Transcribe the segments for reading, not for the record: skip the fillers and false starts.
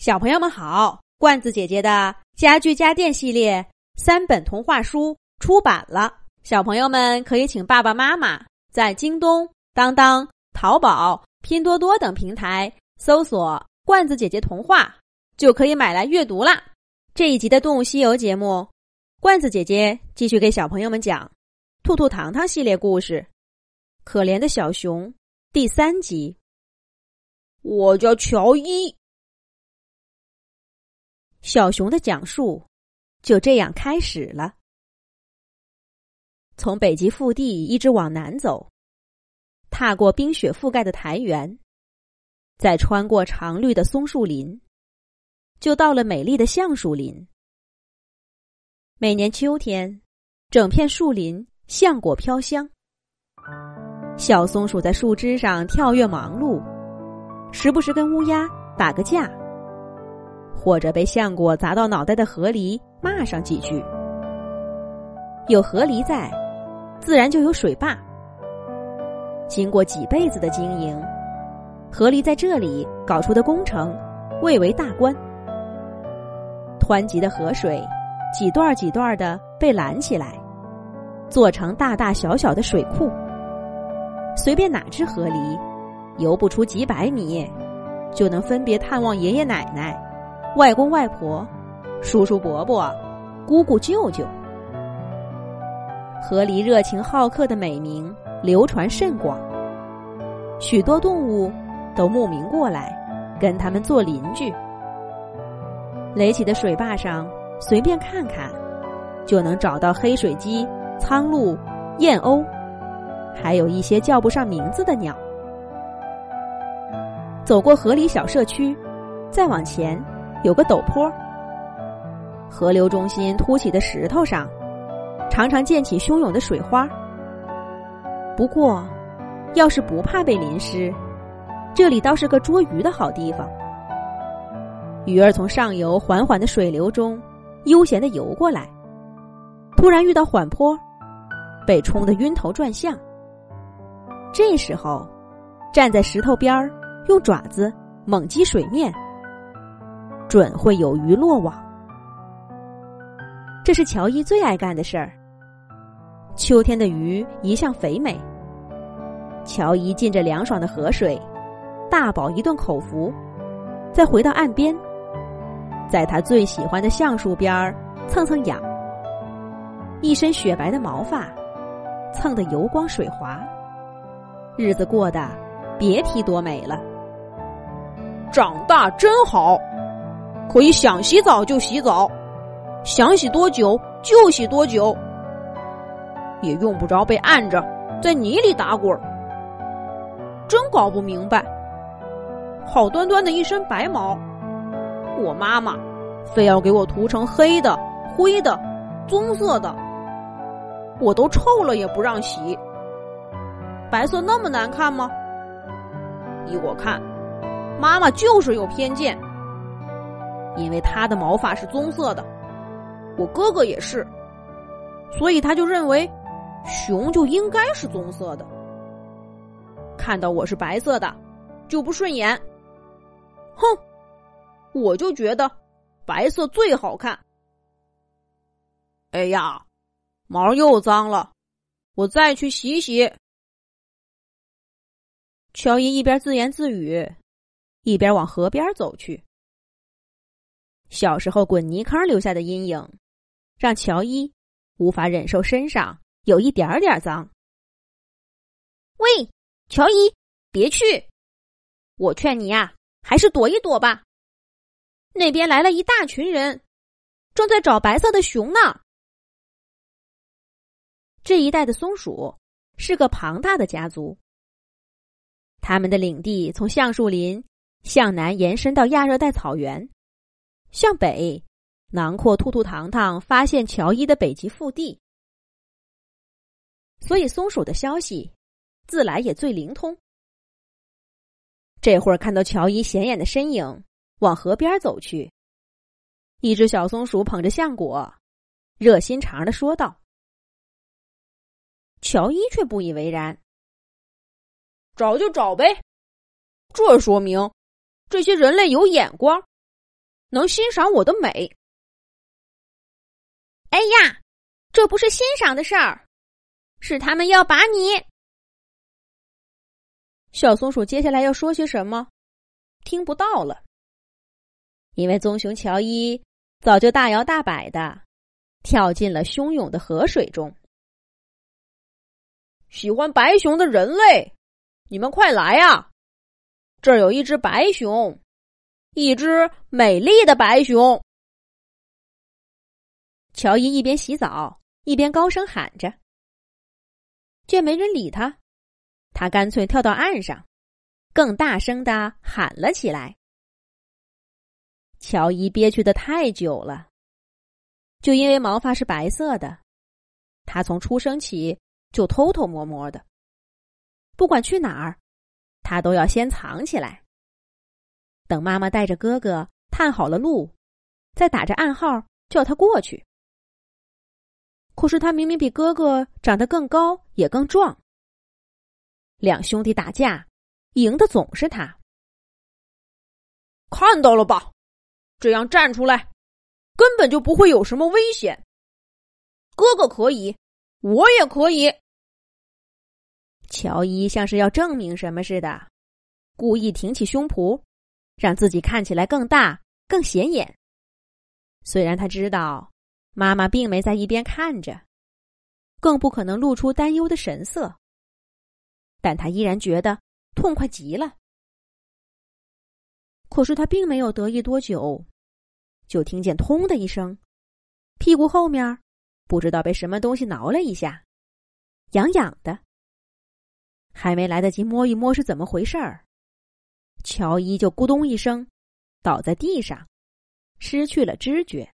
小朋友们好，罐子姐姐的家具家电系列3本童话书出版了，小朋友们可以请爸爸妈妈在京东、当当、淘宝、拼多多等平台搜索罐子姐姐童话，就可以买来阅读啦。这一集的动物西游节目，罐子姐姐继续给小朋友们讲兔兔糖糖系列故事可怜的小熊第3集。 我叫乔伊。 小熊的讲述就这样开始了。从北极腹地一直往南走，踏过冰雪覆盖的苔原，再穿过常绿的松树林，就到了美丽的橡树林。每年秋天，整片树林橡果飘香，小松鼠在树枝上跳跃忙碌，时不时跟乌鸦打个架，或者被橡果砸到脑袋的河狸骂上几句。有河狸在，自然就有水坝。经过几辈子的经营，河狸在这里搞出的工程蔚为大观。湍急的河水几段几段的被拦起来，做成大大小小的水库。随便哪只河狸游不出几百米，就能分别探望爷爷奶奶、外公外婆、叔叔伯伯、姑姑舅舅。河狸热情好客的美名流传甚广，许多动物都慕名过来跟他们做邻居。垒起的水坝上随便看看，就能找到黑水鸡、苍鹭、燕鸥，还有一些叫不上名字的鸟。走过河狸小社区，再往前有个陡坡，河流中心凸起的石头上常常溅起汹涌的水花。不过要是不怕被淋湿，这里倒是个捉鱼的好地方。鱼儿从上游缓缓的水流中悠闲地游过来，突然遇到缓坡，被冲得晕头转向。这时候站在石头边儿，用爪子猛击水面，准会有鱼落网。这是乔伊最爱干的事儿。秋天的鱼一向肥美，乔伊浸着凉爽的河水，大饱一顿口福，再回到岸边，在他最喜欢的橡树边蹭蹭痒，一身雪白的毛发蹭得油光水滑，日子过得别提多美了。 长大真好，可以想洗澡就洗澡，想洗多久就洗多久，也用不着被按着在泥里打滚。真搞不明白，好端端的一身白毛，我妈妈非要给我涂成黑的、灰的、棕色的，我都臭了也不让洗。白色那么难看吗？依我看，妈妈就是有偏见，因为她的毛发是棕色的，我哥哥也是，所以他就认为熊就应该是棕色的。看到我是白色的就不顺眼，哼，我就觉得白色最好看。哎呀，毛又脏了，我再去洗洗。 乔伊一边自言自语，一边往河边走去。小时候滚泥坑留下的阴影，让乔伊无法忍受身上有一点点脏。 喂，乔伊，别去！我劝你呀，还是躲一躲吧。那边来了一大群人，正在找白色的熊呢。 这一带的松鼠是个庞大的家族，他们的领地从橡树林向南延伸到亚热带草原，向北囊括兔兔糖糖发现乔伊的北极腹地，所以松鼠的消息自来也最灵通。这会儿看到乔伊显眼的身影往河边走去，一只小松鼠捧着橡果，热心肠地说道。乔伊却不以为然。 找就找呗，这说明这些人类有眼光， 能欣赏我的美。 哎呀，这不是欣赏的事儿，是他们要把你…… 小松鼠接下来要说些什么，听不到了，因为棕熊乔伊早就大摇大摆的跳进了汹涌的河水中。 喜欢白熊的人类，你们快来啊！这儿有一只白熊，一只美丽的白熊。 乔伊一边洗澡一边高声喊着，见没人理他，他干脆跳到岸上，更大声地喊了起来。乔伊憋屈得太久了，就因为毛发是白色的，他从出生起就偷偷摸摸的，不管去哪儿，他都要先藏起来，等妈妈带着哥哥探好了路，再打着暗号叫他过去。可是他明明比哥哥长得更高也更壮，两兄弟打架，赢的总是他。 看到了吧，这样站出来，根本就不会有什么危险。哥哥可以，我也可以。 乔伊像是要证明什么似的，故意挺起胸脯，让自己看起来更大更显眼。虽然他知道妈妈并没在一边看着，更不可能露出担忧的神色，但他依然觉得痛快极了。可是他并没有得意多久，就听见通的一声，屁股后面不知道被什么东西挠了一下，痒痒的。还没来得及摸一摸是怎么回事儿，乔伊就咕咚一声倒在地上，失去了知觉。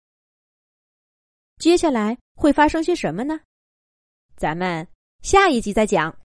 接下来会发生些什么呢？咱们下一集再讲。